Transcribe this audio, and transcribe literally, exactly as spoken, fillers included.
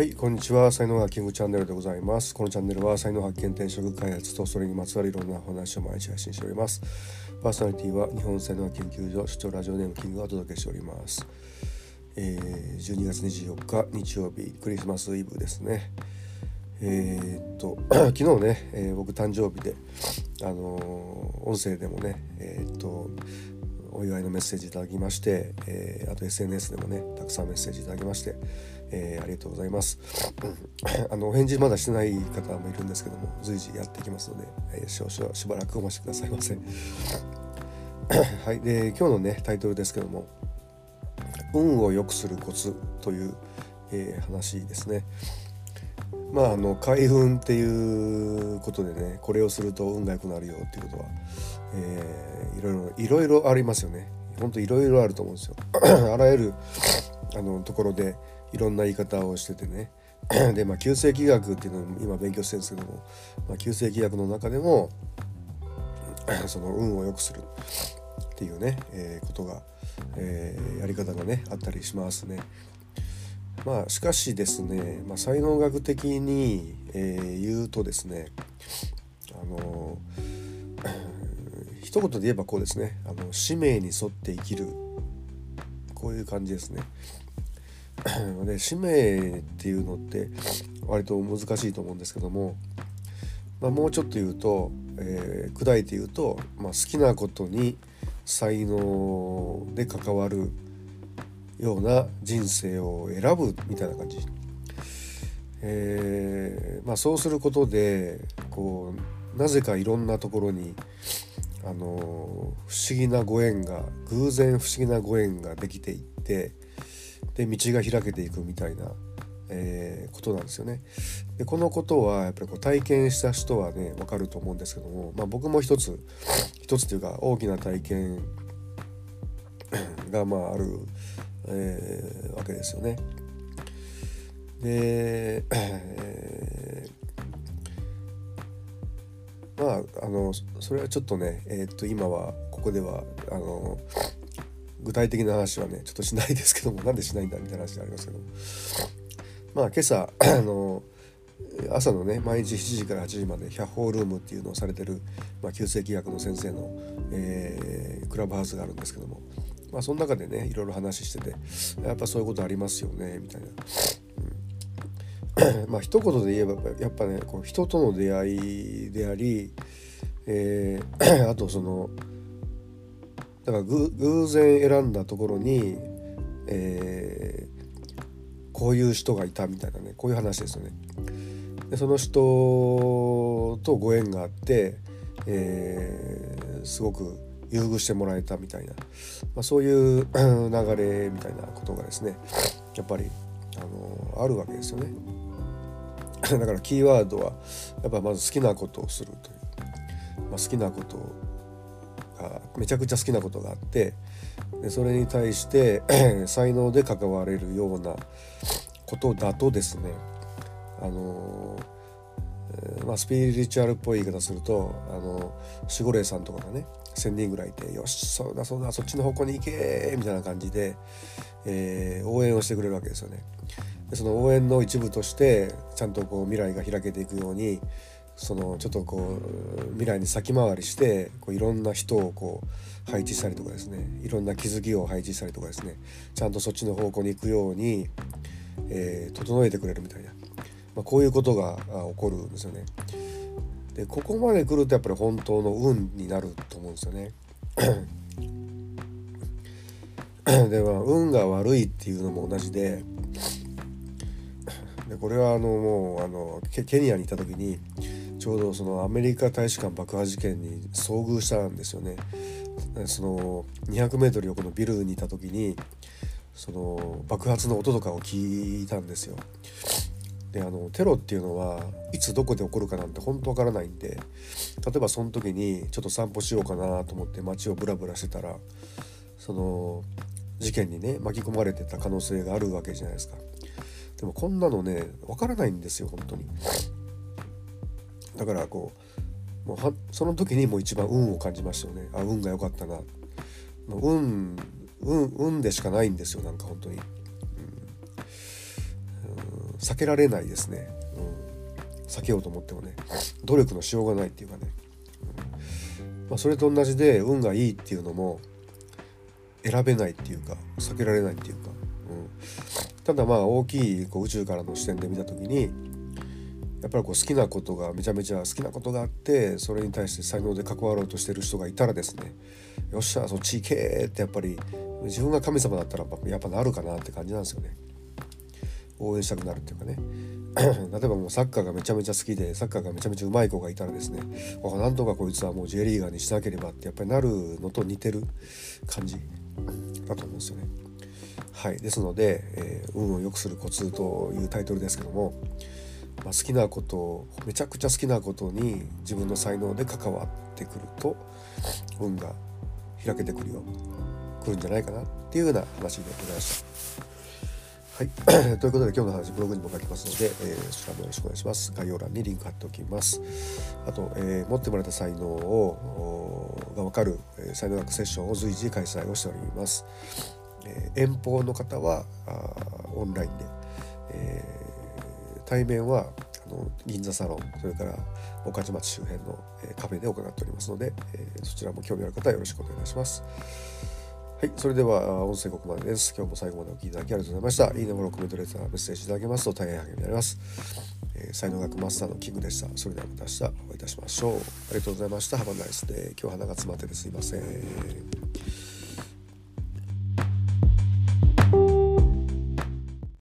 はい、こんにちは。才能ハッキングチャンネルでございます。このチャンネルは才能発見、転職開発とそれにまつわるいろんなお話を毎日配信しております。パーソナリティは日本才能研究所所長ラジオネームキングがお届けしております。えー、じゅうにがつにじゅうよっか日曜日、クリスマスイブですね。えー、っと昨日ね、えー、僕誕生日で、あのー、音声でもね、えー、っとお祝いのメッセージいただきまして、えー、あと エスエヌエス でもねたくさんメッセージいただきまして、えー、ありがとうございますあのお返事まだしてない方もいるんですけども、随時やっていきますので、えー、少々しばらくお待ちくださいませはい、で今日のねタイトルですけども、運を良くするコツという、えー、話ですね。まああの開運っていうことでね、これをすると運が良くなるよっていうことは、えー、いろいろいろいろありますよね。本当いろいろあると思うんですよあらゆるあのところでいろんな言い方をしててねで、まあ、旧世紀学っていうのを今勉強してるんですけども、まあ、旧世紀学の中でもその運を良くするっていうね、えー、ことが、えー、やり方がねあったりしますね。まあしかしですね、まあ、才能学的に、えー、言うとですね、あの一言で言えばこうですね、あの使命に沿って生きる、こういう感じですねで使命っていうのって割と難しいと思うんですけども、まあ、もうちょっと言うと、えー、砕いて言うと、まあ、好きなことに才能で関わるような人生を選ぶみたいな感じ、えーまあ、そうすることでこうなぜかいろんなところにあの不思議なご縁が偶然不思議なご縁ができていって、で道が開けていくみたいな、えー、ことなんですよね。でこのことはやっぱりこう体験した人はね分かると思うんですけども、まあ、僕も一つ一つというか大きな体験がまあある、えー、わけですよね。で、えー、まああのそれはちょっとね、えー、っと今はここではあの具体的な話はねちょっとしないですけども、なんでしないんだみたいな話がありますけども、まあ今朝あの朝のね毎日しちじからはちじまでひゃっほールームっていうのをされてる、まあ、旧世紀学の先生の、えー、クラブハウスがあるんですけども、まあその中でねいろいろ話してて、やっぱそういうことありますよねみたいな、うん、まあ一言で言えばやっぱねこう人との出会いであり、えー、あとそのだから偶然選んだところに、えー、こういう人がいたみたいなね、こういう話ですよね。でその人とご縁があって、えー、すごく優遇してもらえたみたいな、まあ、そういう流れみたいなことがですねやっぱり、あのー、あるわけですよねだからキーワードはやっぱまず好きなことをするという、まあ、好きなことがめちゃくちゃ好きなことがあって、でそれに対して才能で関われるようなことだとですね、あのーまあ、スピリチュアルっぽい言い方すると、あの守護霊さんとかがねせんにんぐらいいて、よしそうだそうだそっちの方向に行けみたいな感じで、えー、応援をしてくれるわけですよね。でその応援の一部としてちゃんとこう未来が開けていくように、そのちょっとこう未来に先回りしてこういろんな人をこう配置したりとかですね、いろんな気づきを配置したりとかですね、ちゃんとそっちの方向に行くように、えー、整えてくれるみたいな、まあ、こういうことが起こるんですよね。でここまで来るとやっぱり本当の運になると思うんですよねで、まあ、運が悪いっていうのも同じで、でこれはあのもうあの ケ, ケニアにいた時にちょうどそのアメリカ大使館爆破事件に遭遇したんですよね。そのにひゃくメートル横のビルにいた時にその爆発の音とかを聞いたんですよ。であのテロっていうのはいつどこで起こるかなんて本当わからないんで、例えばその時にちょっと散歩しようかなと思って街をブラブラしてたら、その事件にね巻き込まれてた可能性があるわけじゃないですか。でもこんなのねわからないんですよ本当に。だからこうもうはその時にもう一番運を感じましたよね。あ、運が良かったな。運運運でしかないんですよ、なんか本当に。 避けられないですね、うん、避けようと思ってもね努力のしようがないっていうかね、うんまあ、それと同じで運がいいっていうのも選べないっていうか避けられないっていうか、うん、ただまあ大きいこう宇宙からの視点で見た時にやっぱりこう好きなことがめちゃめちゃ好きなことがあってそれに対して才能で関わろうとしてる人がいたらですね、よっしゃそっち行けってやっぱり自分が神様だったらやっぱなるかなって感じなんですよね。応援したくなるっていうかね例えばもうサッカーがめちゃめちゃ好きでサッカーがめちゃめちゃうまい子がいたらですね、なんとかこいつはもう J リーガーにしなければってやっぱりなるのと似てる感じだと思うんですよね。はい、ですので、えー、運を良くするコツというタイトルですけども、まあ、好きなことをめちゃくちゃ好きなことに自分の才能で関わってくると運が開けてくるよ来るんじゃないかなっていうような話でございました。はいということで今日の話ブログにも書きますので、えー、そちらもよろしくお願いします。概要欄にリンク貼っておきます。あと、えー、持ってもらった才能をが分かる、えー、才能学セッションを随時開催をしております。えー、遠方の方はオンラインで、えー、対面はあの銀座サロンそれから御徒町周辺の、えー、カフェで行っておりますので、えー、そちらも興味ある方はよろしくお願いします。はい、それでは音声ここまでです。今日も最後までお聞きいただきありがとうございました。いいね、フォロー、コメント、レター、メッセージいただけますと大変励みになります。えー、才能学マスターのキングでした。それではまた明日お会いいたしましょう。ありがとうございました。Have a nice day。今日鼻が詰まっててすいません。